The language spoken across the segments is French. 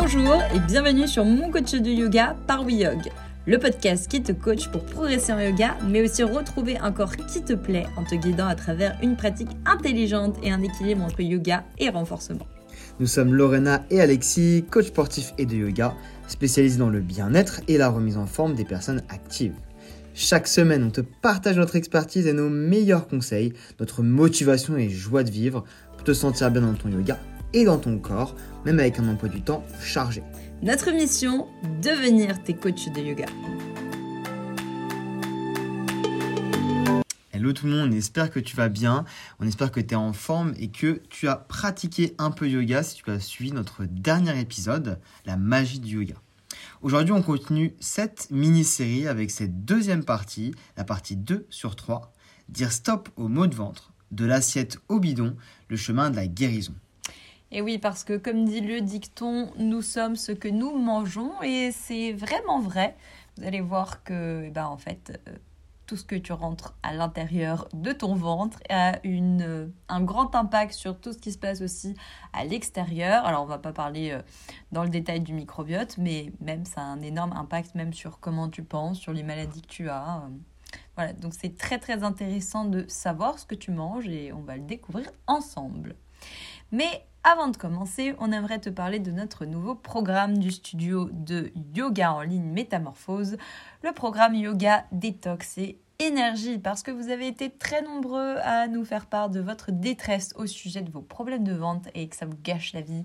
Bonjour et bienvenue sur Mon Coach de Yoga par WeYog, le podcast qui te coach pour progresser en yoga, mais aussi retrouver un corps qui te plaît en te guidant à travers une pratique intelligente et un équilibre entre yoga et renforcement. Nous sommes Lorena et Alexis, coach sportifs et de yoga, spécialisés dans le bien-être et la remise en forme des personnes actives. Chaque semaine, on te partage notre expertise et nos meilleurs conseils, notre motivation et joie de vivre pour te sentir bien dans ton yoga et dans ton corps, même avec un emploi du temps chargé. Notre mission, devenir tes coachs de yoga. Hello tout le monde, on espère que tu vas bien, on espère que tu es en forme et que tu as pratiqué un peu yoga si tu as suivi notre dernier épisode, la magie du yoga. Aujourd'hui, on continue cette mini-série avec cette deuxième partie, la partie 2 sur 3, dire stop aux maux de ventre, de l'assiette au bidon, le chemin de la guérison. Et oui, parce que comme dit le dicton, nous sommes ce que nous mangeons et c'est vraiment vrai. Vous allez voir que, tout ce que tu rentres à l'intérieur de ton ventre a un grand impact sur tout ce qui se passe aussi à l'extérieur. Alors, on ne va pas parler dans le détail du microbiote, mais même ça a un énorme impact même sur comment tu penses, sur les maladies que tu as. Voilà, donc c'est très très intéressant de savoir ce que tu manges et on va le découvrir ensemble. Mais avant de commencer, on aimerait te parler de notre nouveau programme du studio de yoga en ligne Métamorphose, le programme Yoga Détox et Énergie, parce que vous avez été très nombreux à nous faire part de votre détresse au sujet de vos problèmes de ventre et que ça vous gâche la vie,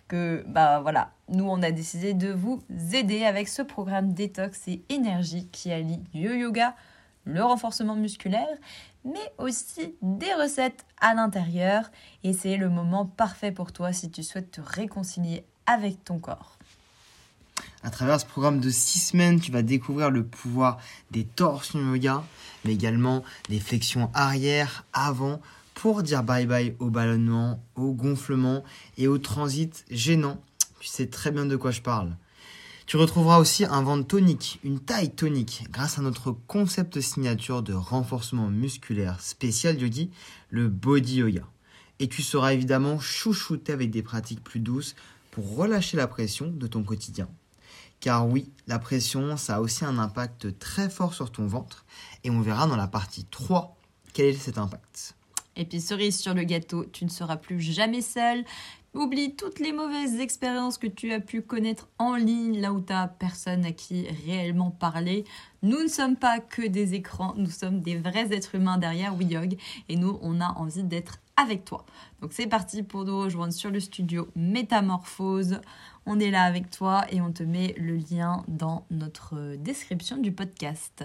nous on a décidé de vous aider avec ce programme Détox et Énergie qui allie le yoga, le renforcement musculaire, mais aussi des recettes à l'intérieur. Et c'est le moment parfait pour toi si tu souhaites te réconcilier avec ton corps. À travers ce programme de 6 semaines, tu vas découvrir le pouvoir des torsions yoga, mais également des flexions arrière, avant, pour dire bye-bye au ballonnement, au gonflement et au transit gênant. Tu sais très bien de quoi je parle. Tu retrouveras aussi un ventre tonique, une taille tonique, grâce à notre concept signature de renforcement musculaire spécial yogi, le body yoga. Et tu seras évidemment chouchouté avec des pratiques plus douces pour relâcher la pression de ton quotidien. Car oui, la pression, ça a aussi un impact très fort sur ton ventre. Et on verra dans la partie 3 quel est cet impact. Et puis cerise sur le gâteau, tu ne seras plus jamais seul. Oublie toutes les mauvaises expériences que tu as pu connaître en ligne, là où tu n'as personne à qui réellement parler. Nous ne sommes pas que des écrans, nous sommes des vrais êtres humains derrière WeYog et nous, on a envie d'être avec toi. Donc c'est parti pour nous rejoindre sur le studio Métamorphose. On est là avec toi et on te met le lien dans notre description du podcast.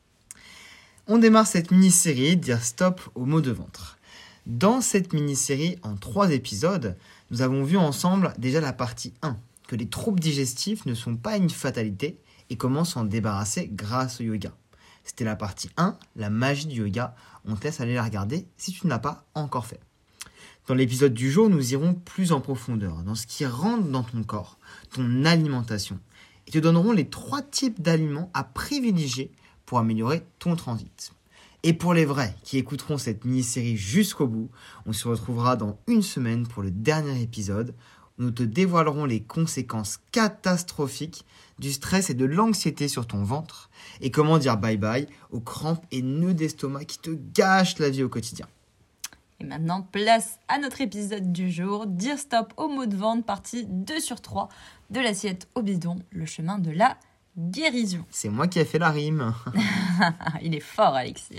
On démarre cette mini-série, dire stop aux maux de ventre. Dans cette mini-série, en 3 épisodes, nous avons vu ensemble déjà la partie 1, que les troubles digestifs ne sont pas une fatalité et comment s'en débarrasser grâce au yoga. C'était la partie 1, la magie du yoga. On te laisse aller la regarder si tu ne l'as pas encore fait. Dans l'épisode du jour, nous irons plus en profondeur dans ce qui rentre dans ton corps, ton alimentation, et te donnerons les 3 types d'aliments à privilégier pour améliorer ton transit. Et pour les vrais qui écouteront cette mini-série jusqu'au bout, on se retrouvera dans 1 semaine pour le dernier épisode où nous te dévoilerons les conséquences catastrophiques du stress et de l'anxiété sur ton ventre et comment dire bye-bye aux crampes et nœuds d'estomac qui te gâchent la vie au quotidien. Et maintenant, place à notre épisode du jour, dire stop aux maux de ventre, partie 2 sur 3, de l'assiette au bidon, le chemin de la guérison. C'est moi qui ai fait la rime. Il est fort, Alexis.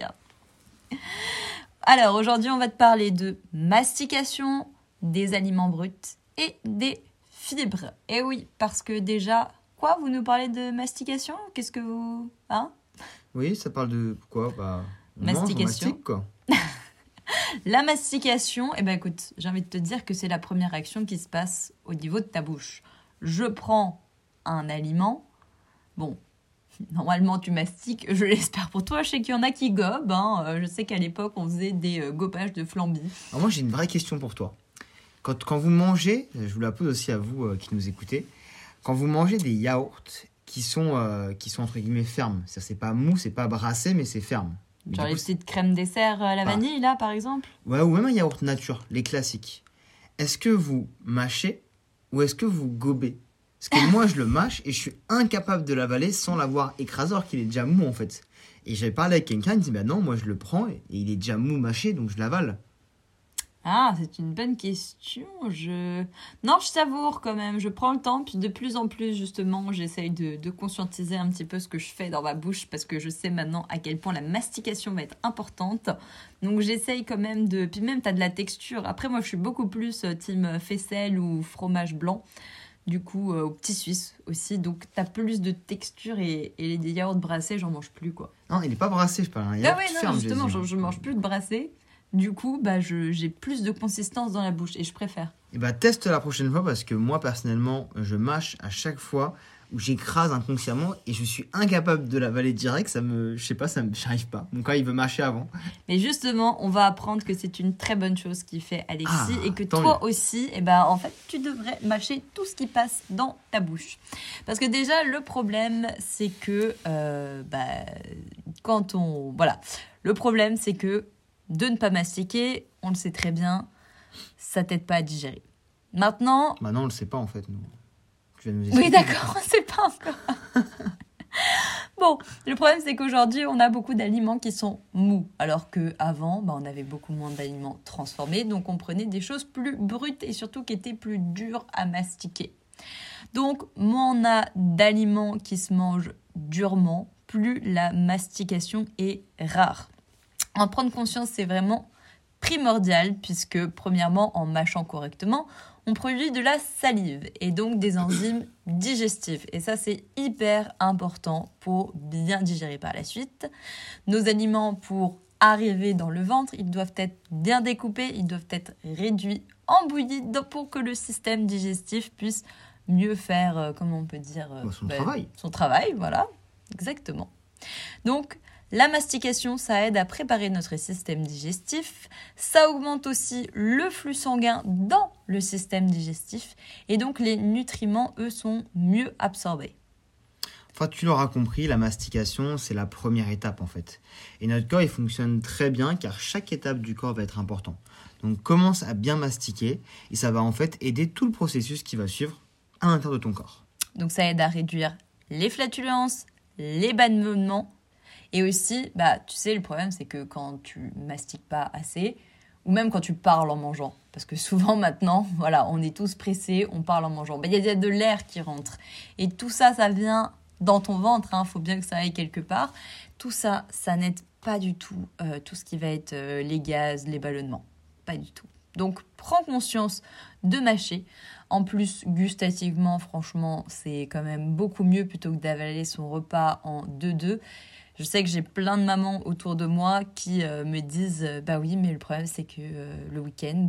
Alors, aujourd'hui, on va te parler de mastication, des aliments bruts et des fibres. Et oui, parce que déjà, vous nous parlez de mastication ? Qu'est-ce que vous... Oui, ça parle de quoi ? Mastication. On mastique, quoi. La mastication, écoute, j'ai envie de te dire que c'est la première action qui se passe au niveau de ta bouche. Je prends un aliment... Bon, normalement tu mastiques, je l'espère pour toi. Je sais qu'il y en a qui gobent. Je sais qu'à l'époque, on faisait des gobages de flambis. Alors moi, j'ai une vraie question pour toi. Quand vous mangez, je vous la pose aussi à vous qui nous écoutez, quand vous mangez des yaourts qui sont entre guillemets fermes, c'est pas mou, c'est pas brassé, mais c'est ferme. Genre les petites crèmes dessert à la vanille, là, par exemple ? Ouais, ou même un yaourt nature, les classiques. Est-ce que vous mâchez ou est-ce que vous gobez ? Parce que moi, je le mâche et je suis incapable de l'avaler sans l'avoir écrasé alors qu'il est déjà mou en fait. Et j'avais parlé avec quelqu'un, il me dit bah non, moi je le prends et il est déjà mou mâché donc je l'avale. Ah, c'est une bonne question. Non, je savoure quand même. Je prends le temps, puis de plus en plus, justement, j'essaye de conscientiser un petit peu ce que je fais dans ma bouche parce que je sais maintenant à quel point la mastication va être importante. Donc, j'essaye quand même de. Puis même, t'as de la texture. Après, moi, je suis beaucoup plus team faisselle ou fromage blanc. Du coup, au petit suisse aussi. Donc, t'as plus de texture et les yaourts brassés, j'en mange plus, quoi. Non, il est pas brassé, je parle. Un Ah yaourt ouais, non, ferme, justement, j'ai dit. je mange plus de brassés. Du coup, j'ai plus de consistance dans la bouche et je préfère. Et bah teste la prochaine fois parce que moi personnellement, je mâche à chaque fois où j'écrase inconsciemment et je suis incapable de l'avaler direct, je sais pas, j'arrive pas. Mon corps il veut mâcher avant. Mais justement, on va apprendre que c'est une très bonne chose qu'il fait Alexis et que tant toi mieux. aussi, en fait, tu devrais mâcher tout ce qui passe dans ta bouche. Parce que déjà, le problème, c'est que le problème, c'est que de ne pas mastiquer, on le sait très bien, ça t'aide pas à digérer. Maintenant... Bah non, on le sait pas en fait, nous. Tu vas nous Oui, expliquer. d'accord, on sait pas encore. Bon, le problème, c'est qu'aujourd'hui, on a beaucoup d'aliments qui sont mous, alors qu'avant, on avait beaucoup moins d'aliments transformés, donc on prenait des choses plus brutes et surtout qui étaient plus dures à mastiquer. Donc, moins on a d'aliments qui se mangent durement, plus la mastication est rare. En prendre conscience, c'est vraiment primordial puisque, premièrement, en mâchant correctement, on produit de la salive et donc des enzymes digestives. Et ça, c'est hyper important pour bien digérer par la suite. Nos aliments, pour arriver dans le ventre, ils doivent être bien découpés, ils doivent être réduits en bouillie pour que le système digestif puisse mieux faire, comment on peut dire, son travail, voilà, exactement. Donc, la mastication, ça aide à préparer notre système digestif. Ça augmente aussi le flux sanguin dans le système digestif. Et donc, les nutriments, eux, sont mieux absorbés. Enfin, tu l'auras compris, la mastication, c'est la première étape en fait. Et notre corps, il fonctionne très bien car chaque étape du corps va être important. Donc, commence à bien mastiquer et ça va en fait aider tout le processus qui va suivre à l'intérieur de ton corps. Donc, ça aide à réduire les flatulences, les ballonnements. Et aussi, tu sais, le problème, c'est que quand tu mastiques pas assez, ou même quand tu parles en mangeant, parce que souvent maintenant, voilà, on est tous pressés, on parle en mangeant. Il y a de l'air qui rentre. Et tout ça, ça vient dans ton ventre, faut bien que ça aille quelque part. Tout ça, ça n'aide pas du tout tout ce qui va être les gaz, les ballonnements. Pas du tout. Donc, prends conscience de mâcher. En plus, gustativement, franchement, c'est quand même beaucoup mieux plutôt que d'avaler son repas en 2-2. Je sais que j'ai plein de mamans autour de moi qui me disent oui, mais le problème, c'est que le week-end,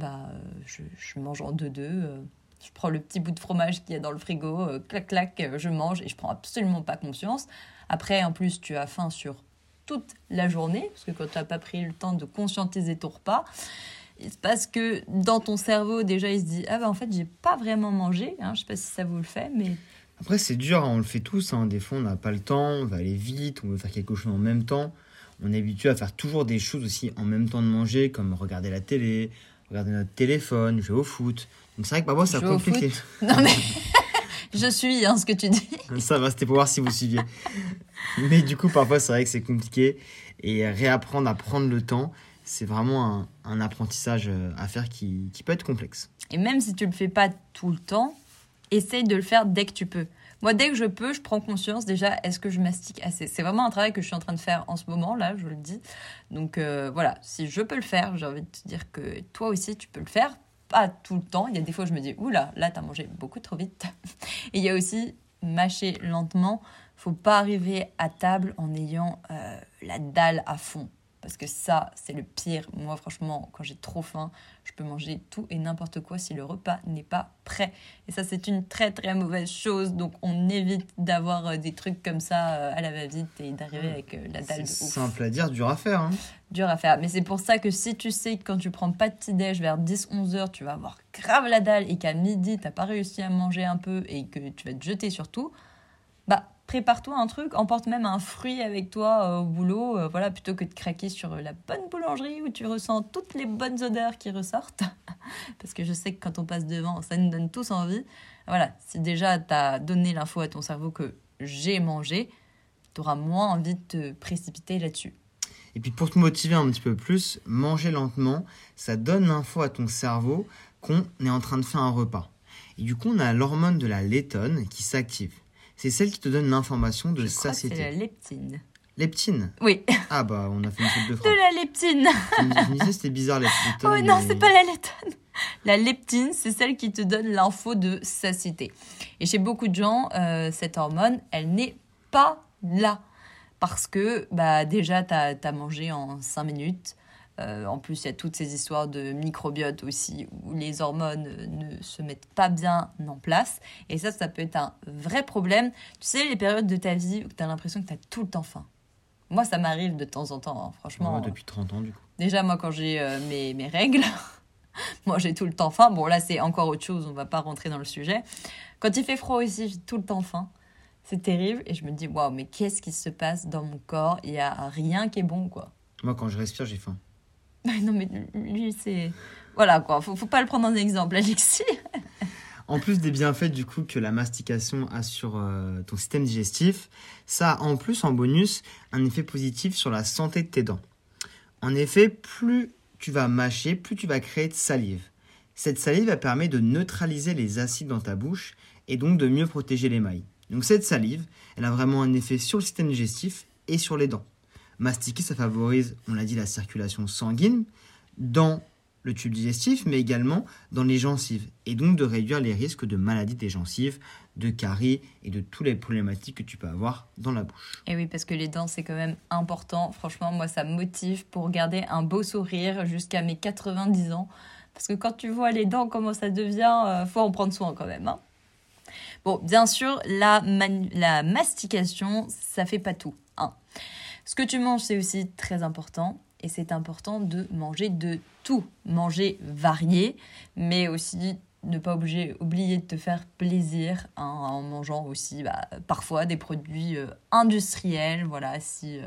je mange en 2-2. Je prends le petit bout de fromage qu'il y a dans le frigo, clac, je mange et je prends absolument pas conscience. Après, en plus, tu as faim sur toute la journée, parce que quand tu n'as pas pris le temps de conscientiser ton repas, il se passe que dans ton cerveau, déjà, il se dit « Ah en fait, j'ai pas vraiment mangé. » Je sais pas si ça vous le fait, mais... Après, c'est dur, on le fait tous. Des fois, on n'a pas le temps, on va aller vite, on veut faire quelque chose en même temps. On est habitué à faire toujours des choses aussi en même temps de manger, comme regarder la télé, regarder notre téléphone, jouer au foot. Donc c'est vrai que parfois, ça compliqué. Non mais, je suis ce que tu dis. Ça va, c'était pour voir si vous suiviez. Mais du coup, parfois, c'est vrai que c'est compliqué. Et réapprendre à prendre le temps, c'est vraiment un apprentissage à faire qui peut être complexe. Et même si tu le fais pas tout le temps, essaye de le faire dès que tu peux. Moi, dès que je peux, je prends conscience déjà, est-ce que je mastique assez ? C'est vraiment un travail que je suis en train de faire en ce moment, là, je le dis. Donc voilà, si je peux le faire, j'ai envie de te dire que toi aussi, tu peux le faire. Pas tout le temps. Il y a des fois, je me dis, oula, là, t'as mangé beaucoup trop vite. Et il y a aussi mâcher lentement. Faut pas arriver à table en ayant la dalle à fond. Parce que ça, c'est le pire. Moi, franchement, quand j'ai trop faim, je peux manger tout et n'importe quoi si le repas n'est pas prêt. Et ça, c'est une très, très mauvaise chose. Donc, on évite d'avoir des trucs comme ça à la va-vite et d'arriver avec la dalle de ouf. C'est simple à dire, dur à faire. Dur à faire. Mais c'est pour ça que si tu sais que quand tu prends pas de petit-déj vers 10-11 heures, tu vas avoir grave la dalle et qu'à midi, t'as pas réussi à manger un peu et que tu vas te jeter sur tout, prépare-toi un truc, emporte même un fruit avec toi au boulot, voilà, plutôt que de craquer sur la bonne boulangerie où tu ressens toutes les bonnes odeurs qui ressortent. Parce que je sais que quand on passe devant, ça nous donne tous envie. Voilà, si déjà tu as donné l'info à ton cerveau que j'ai mangé, tu auras moins envie de te précipiter là-dessus. Et puis pour te motiver un petit peu plus, manger lentement, ça donne l'info à ton cerveau qu'on est en train de faire un repas. Et du coup, on a l'hormone de la leptine qui s'active. C'est celle qui te donne l'information de satiété. Je crois que c'est la leptine. Leptine? Oui. Ah bah, on a fait une faute de frappe. De la leptine. Je me disais, c'était bizarre, la leptine. Oh non, c'est pas la leptine. La leptine, c'est celle qui te donne l'info de satiété. Et chez beaucoup de gens, cette hormone, elle n'est pas là. Parce que déjà, t'as mangé en 5 minutes. En plus, il y a toutes ces histoires de microbiote aussi, où les hormones ne se mettent pas bien en place. Et ça peut être un vrai problème. Tu sais, les périodes de ta vie où tu as l'impression que tu as tout le temps faim. Moi, ça m'arrive de temps en temps, hein, franchement. Ouais, depuis 30 ans, du coup. Déjà, moi, quand j'ai mes règles, moi, j'ai tout le temps faim. Bon, là, c'est encore autre chose, on va pas rentrer dans le sujet. Quand il fait froid aussi, j'ai tout le temps faim. C'est terrible. Et je me dis, waouh, mais qu'est-ce qui se passe dans mon corps? Il n'y a rien qui est bon, quoi. Moi, quand je respire, j'ai faim. Non, mais lui, c'est... Voilà, quoi. Faut pas le prendre en exemple, Alexis. En plus des bienfaits, du coup, que la mastication a sur ton système digestif, ça a en plus, en bonus, un effet positif sur la santé de tes dents. En effet, plus tu vas mâcher, plus tu vas créer de salive. Cette salive, elle permet de neutraliser les acides dans ta bouche et donc de mieux protéger l'émail. Donc cette salive, elle a vraiment un effet sur le système digestif et sur les dents. Mastiquer, ça favorise, on l'a dit, la circulation sanguine dans le tube digestif, mais également dans les gencives, et donc de réduire les risques de maladies des gencives, de caries et de toutes les problématiques que tu peux avoir dans la bouche. Et oui, parce que les dents, c'est quand même important. Franchement, moi, ça me motive pour garder un beau sourire jusqu'à mes 90 ans. Parce que quand tu vois les dents, comment ça devient, faut en prendre soin quand même, hein. Bon, bien sûr, la mastication, ça fait pas tout, hein. Ce que tu manges, c'est aussi très important. Et c'est important de manger de tout. Manger varié, mais aussi ne pas oublier de te faire plaisir, hein, en mangeant aussi parfois des produits industriels. Voilà, si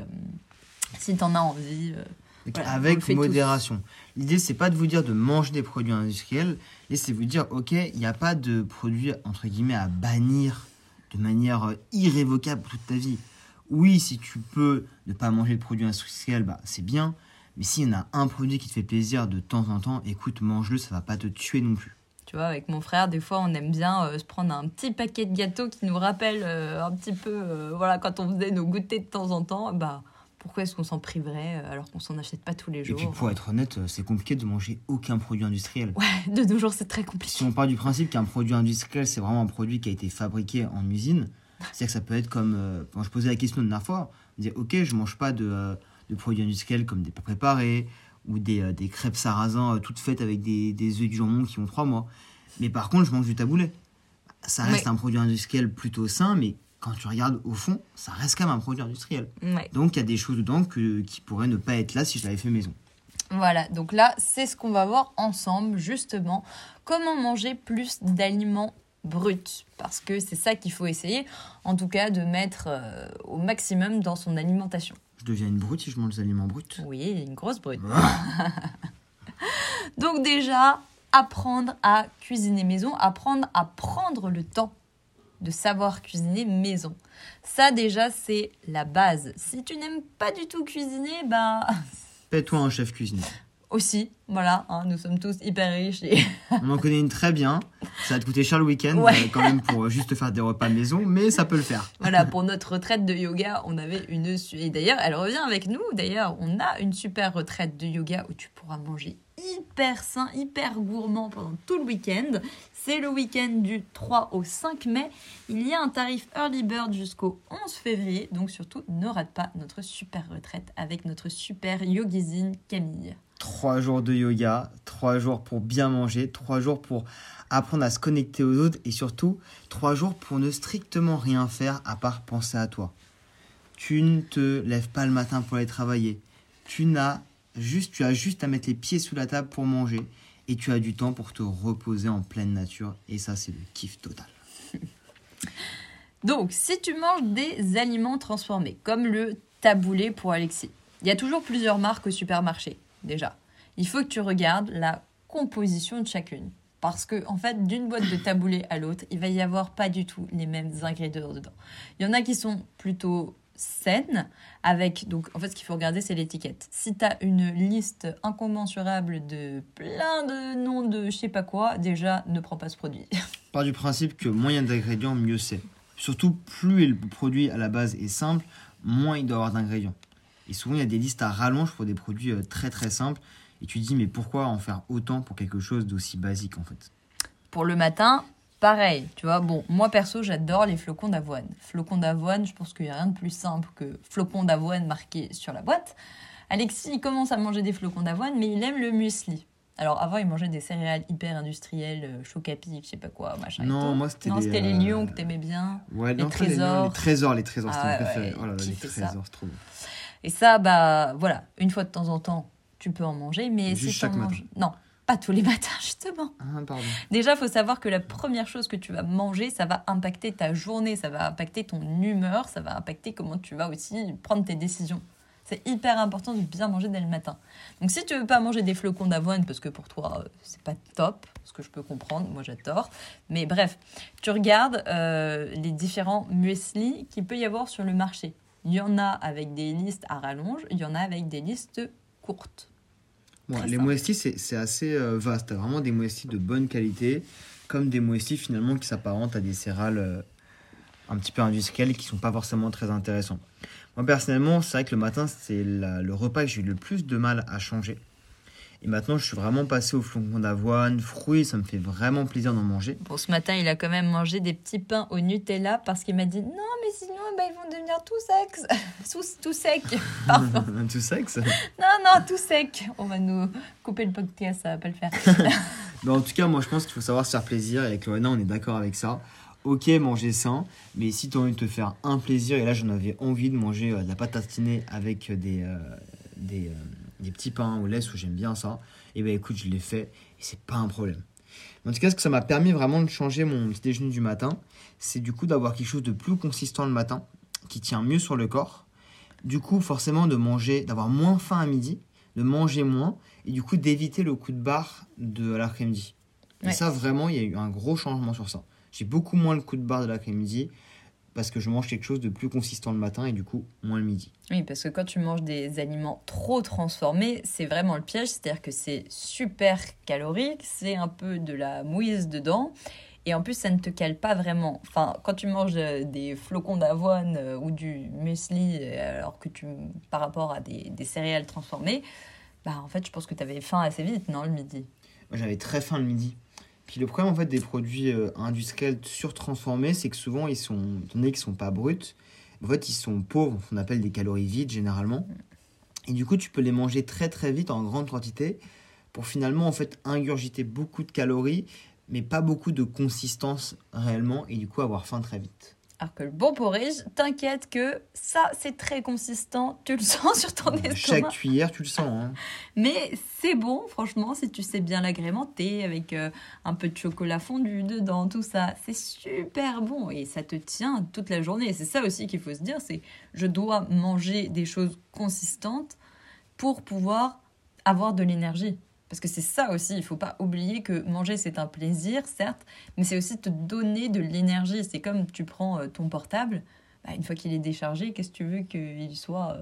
tu en as envie. Voilà, avec modération. L'idée, c'est pas de vous dire de manger des produits industriels. L'idée, c'est de vous dire, ok, il n'y a pas de produits, entre guillemets, à bannir de manière irrévocable toute ta vie. Oui, si tu peux ne pas manger de produits industriels, c'est bien. Mais s'il y en a un produit qui te fait plaisir de temps en temps, écoute, mange-le, ça va pas te tuer non plus. Tu vois, avec mon frère, des fois, on aime bien se prendre un petit paquet de gâteaux qui nous rappelle un petit peu, voilà, quand on faisait nos goûters de temps en temps, pourquoi est-ce qu'on s'en priverait alors qu'on s'en achète pas tous les jours? Et puis pour être honnête, c'est compliqué de manger aucun produit industriel. Ouais, de nos jours, c'est très compliqué. Si on part du principe qu'un produit industriel, c'est vraiment un produit qui a été fabriqué en usine, c'est-à-dire que ça peut être comme... quand je posais la question de la dernière fois, on disait, ok, je mange pas de produits industriels comme des plats préparés ou des crêpes sarrasin toutes faites avec des œufs et du jambon qui ont 3 mois. Mais par contre, je mange du taboulé. Ça reste un produit industriel plutôt sain, mais quand tu regardes au fond, ça reste quand même un produit industriel. Ouais. Donc il y a des choses dedans qui pourraient ne pas être là si je l'avais fait maison. Voilà, donc là, c'est ce qu'on va voir ensemble, justement. Comment manger plus d'aliments bruts, parce que c'est ça qu'il faut essayer, en tout cas, de mettre au maximum dans son alimentation. Je deviens une brute si je mange des aliments bruts. Oui, une grosse brute. Donc déjà, apprendre à cuisiner maison, apprendre à prendre le temps de savoir cuisiner maison. Ça déjà, c'est la base. Si tu n'aimes pas du tout cuisiner, Fais-toi un chef cuisinier. Aussi, voilà, hein, nous sommes tous hyper riches. Et... On en connaît une très bien. Ça va te coûter cher le week-end, quand même, pour juste faire des repas maison, mais ça peut le faire. Voilà, pour notre retraite de yoga, on avait une... Et d'ailleurs, elle revient avec nous. D'ailleurs, on a une super retraite de yoga où tu pourras manger hyper sain, hyper gourmand pendant tout le week-end. C'est le week-end du 3 au 5 mai. Il y a un tarif Early Bird jusqu'au 11 février. Donc surtout, ne rate pas notre super retraite avec notre super yogizine Camille. 3 jours de yoga, 3 jours pour bien manger, 3 jours pour apprendre à se connecter aux autres et surtout 3 jours pour ne strictement rien faire à part penser à toi. Tu ne te lèves pas le matin pour aller travailler. Tu as juste à mettre les pieds sous la table pour manger et tu as du temps pour te reposer en pleine nature et ça c'est le kiff total. Donc, si tu manges des aliments transformés, comme le taboulé pour Alexis, il y a toujours plusieurs marques au supermarché, déjà. Il faut que tu regardes la composition de chacune. Parce que, en fait, d'une boîte de taboulé à l'autre, il va y avoir pas du tout les mêmes ingrédients dedans. Il y en a qui sont plutôt saines, avec... Donc, en fait, ce qu'il faut regarder, c'est l'étiquette. Si tu as une liste incommensurable de plein de noms de je sais pas quoi, déjà, ne prends pas ce produit. Part du principe que moins il y a d'ingrédients, mieux c'est. Surtout, plus le produit à la base est simple, moins il doit avoir d'ingrédients. Et souvent, il y a des listes à rallonge pour des produits très très simples. Et tu te dis, mais pourquoi en faire autant pour quelque chose d'aussi basique en fait? Pour le matin, pareil, tu vois. Bon, moi perso, j'adore les flocons d'avoine. Flocons d'avoine, je pense qu'il n'y a rien de plus simple que flocons d'avoine marqués sur la boîte. Alexis, il commence à manger des flocons d'avoine, mais il aime le muesli. Alors avant, il mangeait des céréales hyper industrielles, Chocapic, je sais pas quoi, machin. Non, et tout. moi c'était Non, c'était les lions que t'aimais bien. Ouais, les non, trésors. Les trésors, c'était mon préféré. Ouais, Oh là là, les kiffais ça. trésors, c'est trop bon. Et ça, bah voilà, une fois de temps en temps, tu peux en manger, mais Juste si t'en chaque matin. manges... Non, pas tous les matins, justement. Ah, pardon. Déjà, il faut savoir que la première chose que tu vas manger, ça va impacter ta journée, ça va impacter ton humeur, ça va impacter comment tu vas aussi prendre tes décisions. C'est hyper important de bien manger dès le matin. Donc si tu veux pas manger des flocons d'avoine, parce que pour toi, c'est pas top, ce que je peux comprendre, moi j'adore. Mais bref, tu regardes les différents muesli qu'il peut y avoir sur le marché. Il y en a avec des listes à rallonge, il y en a avec des listes courtes. Bon, Très les simple. muesli, c'est assez vaste. T'as vraiment des muesli de bonne qualité, comme des muesli finalement qui s'apparentent à des céréales un petit peu industrielles qui sont pas forcément très intéressants. Moi personnellement, c'est vrai que le matin, c'est le repas que j'ai eu le plus de mal à changer. Et maintenant, je suis vraiment passé au flocon d'avoine, fruits, ça me fait vraiment plaisir d'en manger. Bon, ce matin, il a quand même mangé des petits pains au Nutella parce qu'il m'a dit non, mais sinon, ils vont devenir tout secs. Tout secs. Pardon. Tout sexe. Non, tout sec. On va nous couper le podcast, ça va pas le faire. Mais en tout cas, moi, je pense qu'il faut savoir se faire plaisir. Et avec Lorena, on est d'accord avec ça. Ok, manger sain, mais si tu as envie de te faire un plaisir, et là, j'en avais envie de manger de la pâte tartinée avec des petits pains au lait, où j'aime bien ça, et ben écoute, je l'ai fait, et c'est pas un problème. En tout cas, ce que ça m'a permis vraiment de changer mon petit déjeuner du matin, c'est du coup d'avoir quelque chose de plus consistant le matin, qui tient mieux sur le corps. Du coup, forcément, d'avoir moins faim à midi, de manger moins, et du coup, d'éviter le coup de barre de l'après-midi. Et ça, vraiment, il y a eu un gros changement sur ça. J'ai beaucoup moins le coup de barre de l'après-midi, parce que je mange quelque chose de plus consistant le matin, et du coup, moins le midi. Oui, parce que quand tu manges des aliments trop transformés, c'est vraiment le piège. C'est-à-dire que c'est super calorique, c'est un peu de la mouise dedans. Et en plus, ça ne te cale pas vraiment. Enfin, quand tu manges des flocons d'avoine ou du muesli, alors que par rapport à des céréales transformées, bah en fait, je pense que tu avais faim assez vite, non, le midi? Moi, j'avais très faim le midi. Puis le problème en fait des produits industriels surtransformés, c'est que souvent étant donné qu'ils sont pas bruts, en fait ils sont pauvres, on appelle des calories vides généralement. Et du coup tu peux les manger très très vite en grande quantité pour finalement en fait ingurgiter beaucoup de calories, mais pas beaucoup de consistance réellement et du coup avoir faim très vite. Alors que le bon porridge, t'inquiète que ça, c'est très consistant. Tu le sens sur ton estomac. Chaque cuillère, tu le sens. Hein. Mais c'est bon, franchement, si tu sais bien l'agrémenter avec un peu de chocolat fondu dedans, tout ça. C'est super bon et ça te tient toute la journée. Et c'est ça aussi qu'il faut se dire, c'est je dois manger des choses consistantes pour pouvoir avoir de l'énergie. Parce que c'est ça aussi, il ne faut pas oublier que manger, c'est un plaisir, certes, mais c'est aussi te donner de l'énergie. C'est comme tu prends ton portable, une fois qu'il est déchargé, qu'est-ce que tu veux qu'il soit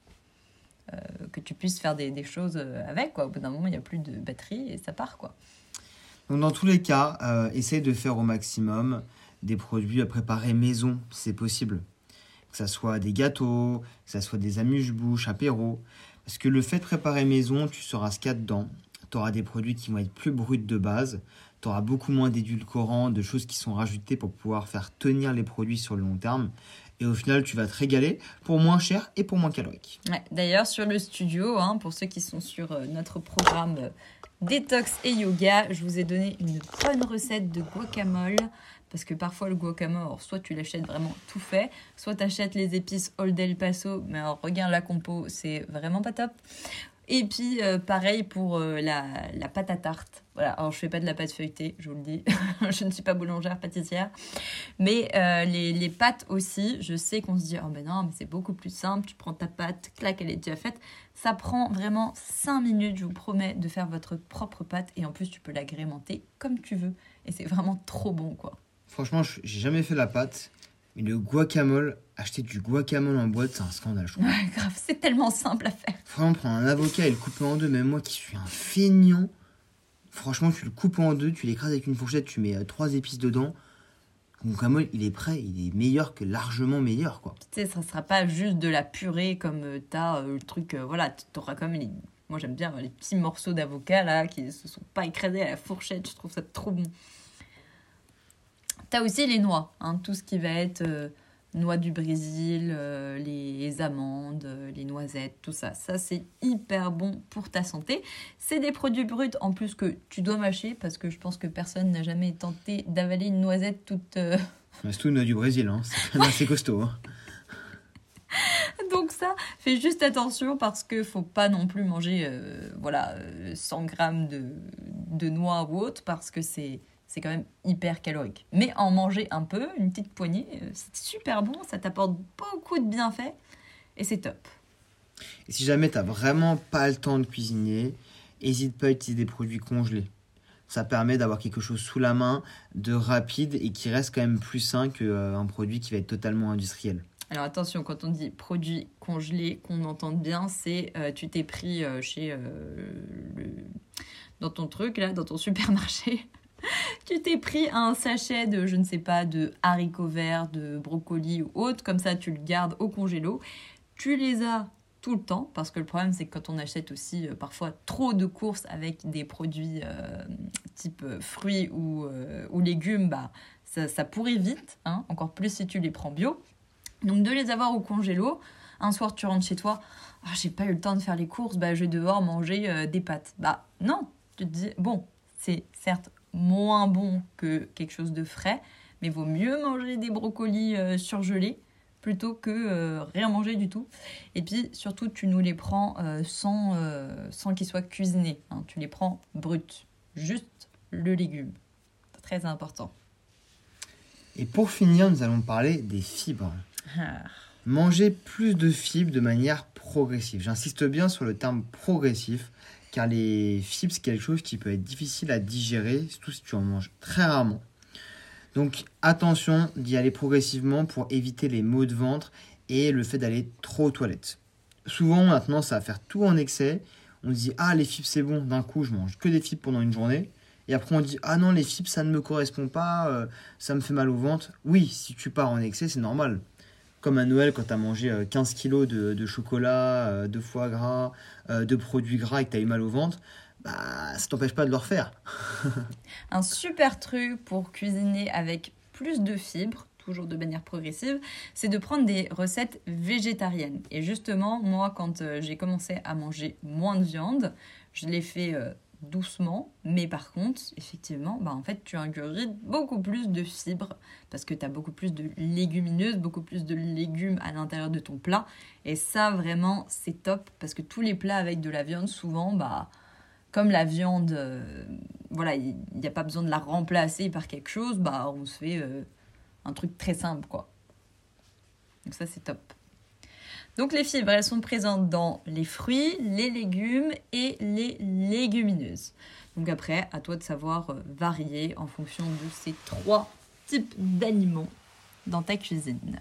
que tu puisses faire des choses avec, quoi. Au bout d'un moment, il n'y a plus de batterie et ça part, quoi. Donc dans tous les cas, essaye de faire au maximum des produits à préparer maison, si c'est possible. Que ça soit des gâteaux, que ça soit des amuse-bouches, apéros. Parce que le fait de préparer maison, tu sauras ce qu'il y a dedans. Tu auras des produits qui vont être plus bruts de base. Tu auras beaucoup moins d'édulcorants, de choses qui sont rajoutées pour pouvoir faire tenir les produits sur le long terme. Et au final, tu vas te régaler pour moins cher et pour moins calorique. Ouais, d'ailleurs, sur le studio, pour ceux qui sont sur notre programme Détox et Yoga, je vous ai donné une bonne recette de guacamole. Parce que parfois, le guacamole, soit tu l'achètes vraiment tout fait, soit tu achètes les épices Old El Paso. Mais alors, regarde la compo, c'est vraiment pas top. Et puis, pareil pour la pâte à tarte. Voilà, alors je fais pas de la pâte feuilletée, je vous le dis. Je ne suis pas boulangère, pâtissière. Mais les pâtes aussi, je sais qu'on se dit, oh ben non, mais c'est beaucoup plus simple. Tu prends ta pâte, clac, elle est déjà faite. Ça prend vraiment 5 minutes, je vous promets, de faire votre propre pâte. Et en plus, tu peux l'agrémenter comme tu veux. Et c'est vraiment trop bon, quoi. Franchement, j'ai jamais fait la pâte. Mais le guacamole, acheter du guacamole en boîte, c'est un scandale, je trouve. Ouais, grave, c'est tellement simple à faire. Vraiment, prendre un avocat et le couper en deux, même moi qui suis un feignant, franchement, tu le coupes en deux, tu l'écrases avec une fourchette, tu mets 3 épices dedans. Le guacamole, il est prêt, il est meilleur que largement meilleur, quoi. Tu sais, ça sera pas juste de la purée comme t'as le truc, voilà, t'auras comme les... Moi, j'aime bien les petits morceaux d'avocat, là, qui se sont pas écrasés à la fourchette, je trouve ça trop bon. T'as aussi les noix, hein, tout ce qui va être noix du Brésil, les amandes, les noisettes, tout ça. Ça, c'est hyper bon pour ta santé. C'est des produits bruts en plus que tu dois mâcher parce que je pense que personne n'a jamais tenté d'avaler une noisette toute... C'est tout noix du Brésil, hein. C'est quand même assez costaud. Hein. Donc ça, fais juste attention parce que faut pas non plus manger 100 grammes de noix ou autre parce que c'est quand même hyper calorique. Mais en manger un peu, une petite poignée, c'est super bon, ça t'apporte beaucoup de bienfaits et c'est top. Et si jamais t'as vraiment pas le temps de cuisiner, n'hésite pas à utiliser des produits congelés. Ça permet d'avoir quelque chose sous la main, de rapide et qui reste quand même plus sain qu'un produit qui va être totalement industriel. Alors attention, quand on dit produits congelés, qu'on entende bien, c'est tu t'es pris dans ton truc, là, dans ton supermarché, tu t'es pris un sachet de, je ne sais pas, de haricots verts, de brocolis ou autre, comme ça tu le gardes au congélo, tu les as tout le temps, parce que le problème c'est que quand on achète aussi parfois trop de courses avec des produits type fruits ou légumes, bah, ça pourrit vite, hein, encore plus si tu les prends bio. Donc de les avoir au congélo, un soir tu rentres chez toi, j'ai pas eu le temps de faire les courses, bah, je vais devoir manger des pâtes. Bah non, tu te dis, bon, c'est certes moins bon que quelque chose de frais, mais vaut mieux manger des brocolis surgelés plutôt que rien manger du tout. Et puis surtout, tu nous les prends sans qu'ils soient cuisinés, hein. Tu les prends bruts, juste le légume. C'est très important. Et pour finir, nous allons parler des fibres. Manger plus de fibres de manière progressive. J'insiste bien sur le terme progressif, car les fibres, c'est quelque chose qui peut être difficile à digérer, surtout si tu en manges très rarement. Donc attention d'y aller progressivement pour éviter les maux de ventre et le fait d'aller trop aux toilettes. Souvent maintenant ça va faire tout en excès, on se dit les fibres c'est bon, d'un coup je mange que des fibres pendant une journée, et après on dit non les fibres ça ne me correspond pas, ça me fait mal au ventre. Oui, si tu pars en excès c'est normal. Comme à Noël, quand tu as mangé 15 kilos de chocolat, de foie gras, de produits gras et que tu as eu mal au ventre, bah, ça t'empêche pas de le refaire. Un super truc pour cuisiner avec plus de fibres, toujours de manière progressive, c'est de prendre des recettes végétariennes. Et justement, moi, quand j'ai commencé à manger moins de viande, je l'ai fait doucement, mais par contre, effectivement, en fait, tu ingurgites beaucoup plus de fibres parce que tu as beaucoup plus de légumineuses, beaucoup plus de légumes à l'intérieur de ton plat. Et ça, vraiment, c'est top parce que tous les plats avec de la viande, souvent, comme la viande, il n'y a pas besoin de la remplacer par quelque chose, on se fait un truc très simple, quoi. Donc ça, c'est top. Donc les fibres, elles sont présentes dans les fruits, les légumes et les légumineuses. Donc après, à toi de savoir varier en fonction de ces 3 types d'aliments dans ta cuisine.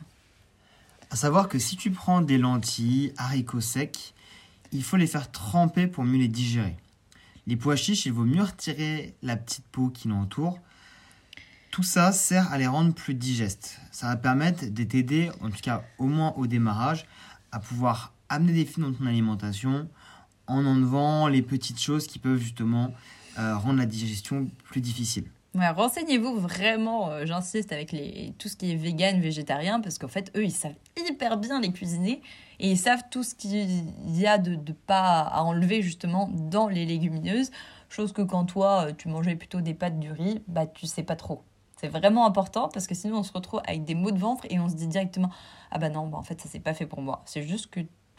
À savoir que si tu prends des lentilles, haricots secs, il faut les faire tremper pour mieux les digérer. Les pois chiches, il vaut mieux retirer la petite peau qui l'entoure. Tout ça sert à les rendre plus digestes. Ça va permettre de t'aider, en tout cas au moins au démarrage, à pouvoir amener des fibres dans ton alimentation en enlevant les petites choses qui peuvent justement rendre la digestion plus difficile. Ouais, renseignez-vous vraiment, j'insiste, avec tout ce qui est vegan, végétarien, parce qu'en fait, eux, ils savent hyper bien les cuisiner et ils savent tout ce qu'il y a de pas à enlever justement dans les légumineuses. Chose que quand toi, tu mangeais plutôt des pâtes du riz, tu sais pas trop. C'est vraiment important parce que sinon, on se retrouve avec des maux de ventre et on se dit directement « Ah non, en fait, ça, c'est pas fait pour moi. » C'est juste que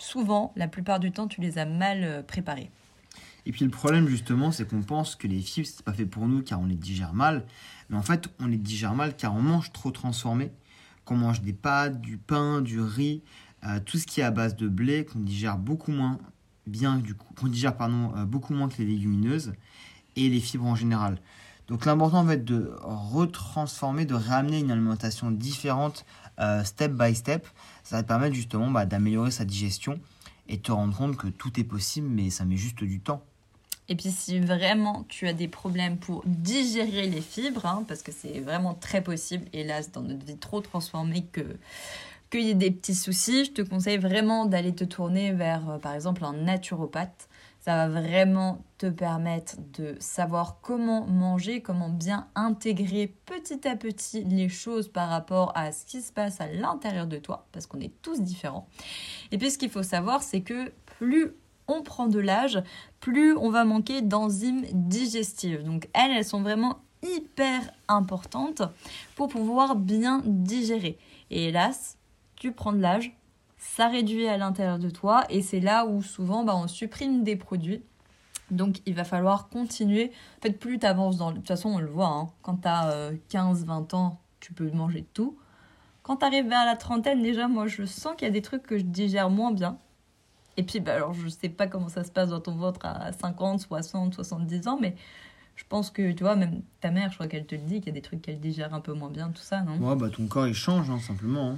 souvent, la plupart du temps, tu les as mal préparés. Et puis le problème justement, c'est qu'on pense que les fibres, c'est pas fait pour nous car on les digère mal. Mais en fait, on les digère mal car on mange trop transformé, qu'on mange des pâtes, du pain, du riz, tout ce qui est à base de blé, qu'on digère beaucoup moins bien, beaucoup moins que les légumineuses et les fibres en général. Donc l'important va être de retransformer, de ramener une alimentation différente step by step. Ça va te permettre justement d'améliorer sa digestion et te rendre compte que tout est possible, mais ça met juste du temps. Et puis si vraiment tu as des problèmes pour digérer les fibres, parce que c'est vraiment très possible, hélas, dans notre vie trop transformée qu'il y ait des petits soucis, je te conseille vraiment d'aller te tourner vers, par exemple, un naturopathe. Ça va vraiment te permettre de savoir comment manger, comment bien intégrer petit à petit les choses par rapport à ce qui se passe à l'intérieur de toi, parce qu'on est tous différents. Et puis ce qu'il faut savoir, c'est que plus on prend de l'âge, plus on va manquer d'enzymes digestives. Donc elles sont vraiment hyper importantes pour pouvoir bien digérer. Et hélas, tu prends de l'âge, ça réduit à l'intérieur de toi et c'est là où souvent on supprime des produits. Donc il va falloir continuer. En fait, plus tu avances de toute façon, on le voit, quand tu as 15-20 ans, tu peux manger de tout. Quand tu arrives vers la trentaine, déjà, moi, je sens qu'il y a des trucs que je digère moins bien. Et puis, alors, je sais pas comment ça se passe dans ton ventre à 50, 60, 70 ans, mais je pense que, tu vois, même ta mère, je crois qu'elle te le dit, qu'il y a des trucs qu'elle digère un peu moins bien, tout ça, non ? Ouais, ton corps, il change, simplement.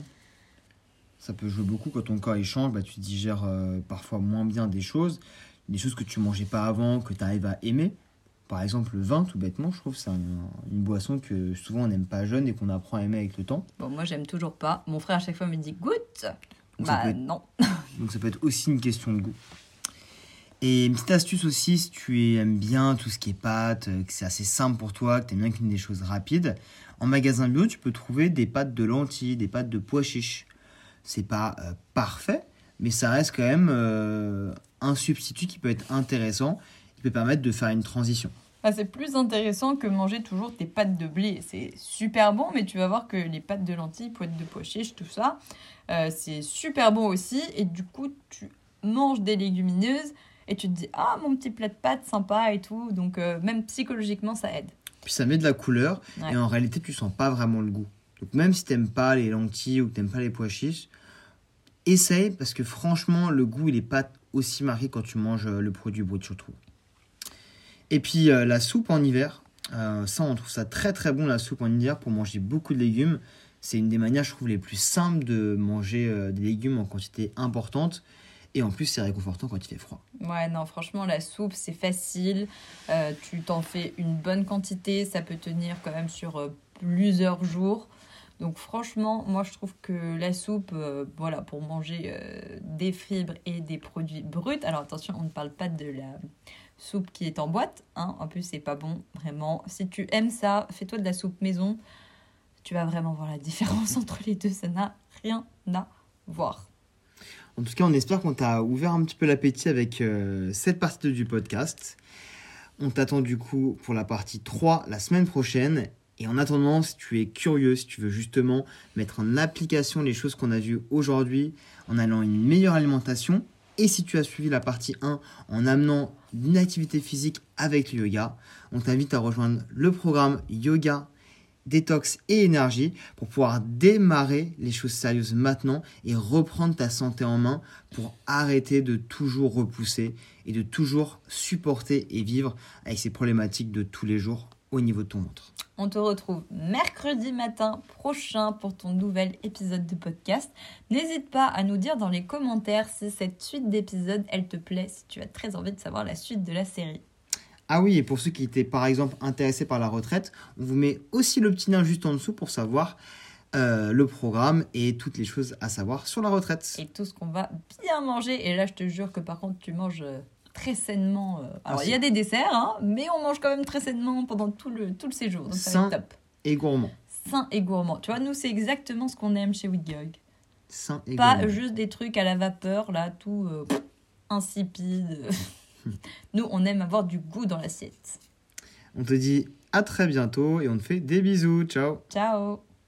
Ça peut jouer beaucoup quand ton corps, il change. Tu digères parfois moins bien des choses que tu mangeais pas avant, que tu arrives à aimer. Par exemple, le vin, tout bêtement, je trouve que c'est une boisson que souvent on n'aime pas jeune et qu'on apprend à aimer avec le temps. Bon, moi, j'aime toujours pas. Mon frère, à chaque fois, me dit « goûte ». Non. Donc ça peut être aussi une question de goût. Et une petite astuce aussi, si tu aimes bien tout ce qui est pâtes, que c'est assez simple pour toi, que tu aimes bien cuisiner des choses rapides, en magasin bio, tu peux trouver des pâtes de lentilles, des pâtes de pois chiches. C'est pas parfait, mais ça reste quand même un substitut qui peut être intéressant, qui peut permettre de faire une transition. C'est plus intéressant que manger toujours tes pâtes de blé. C'est super bon, mais tu vas voir que les pâtes de lentilles, pâtes de pois chiches, tout ça, c'est super bon aussi. Et du coup, tu manges des légumineuses et tu te dis « Ah, mon petit plat de pâtes, sympa et tout ». Donc, même psychologiquement, ça aide. Puis ça met de la couleur et en réalité, tu sens pas vraiment le goût. Donc même si tu n'aimes pas les lentilles ou que tu n'aimes pas les pois chiches, essaye parce que franchement, le goût, il n'est pas aussi marqué quand tu manges le produit brut, surtout. Et puis la soupe en hiver, ça on trouve ça très très bon la soupe en hiver pour manger beaucoup de légumes. C'est une des manières je trouve les plus simples de manger des légumes en quantité importante et en plus c'est réconfortant quand il fait froid. Ouais non franchement la soupe c'est facile, tu t'en fais une bonne quantité, ça peut tenir quand même sur plusieurs jours. Donc franchement, moi je trouve que la soupe, pour manger des fibres et des produits bruts. Alors attention, on ne parle pas de la soupe qui est en boîte, en plus c'est pas bon, vraiment. Si tu aimes ça, fais-toi de la soupe maison, tu vas vraiment voir la différence entre les deux, ça n'a rien à voir. En tout cas, on espère qu'on t'a ouvert un petit peu l'appétit avec cette partie du podcast. On t'attend du coup pour la partie 3 la semaine prochaine. Et en attendant, si tu es curieux, si tu veux justement mettre en application les choses qu'on a vues aujourd'hui en allant une meilleure alimentation, et si tu as suivi la partie 1 en amenant une activité physique avec le yoga, on t'invite à rejoindre le programme Yoga, Détox et Énergie pour pouvoir démarrer les choses sérieuses maintenant et reprendre ta santé en main pour arrêter de toujours repousser et de toujours supporter et vivre avec ces problématiques de tous les jours au niveau de ton ventre. On te retrouve mercredi matin prochain pour ton nouvel épisode de podcast. N'hésite pas à nous dire dans les commentaires si cette suite d'épisodes, elle te plaît, si tu as très envie de savoir la suite de la série. Ah oui, et pour ceux qui étaient par exemple intéressés par la retraite, on vous met aussi le petit lien juste en dessous pour savoir le programme et toutes les choses à savoir sur la retraite. Et tout ce qu'on va bien manger. Et là, je te jure que par contre, tu manges très sainement. Alors, il y a des desserts, mais on mange quand même très sainement pendant tout le séjour. Donc, ça va être top. Et gourmand. Sain et gourmand. Tu vois, nous, c'est exactement ce qu'on aime chez WeGog. Sain et Pas gourmand. juste des trucs à la vapeur, là, tout insipide. Nous, on aime avoir du goût dans l'assiette. On te dit à très bientôt et on te fait des bisous. Ciao. Ciao.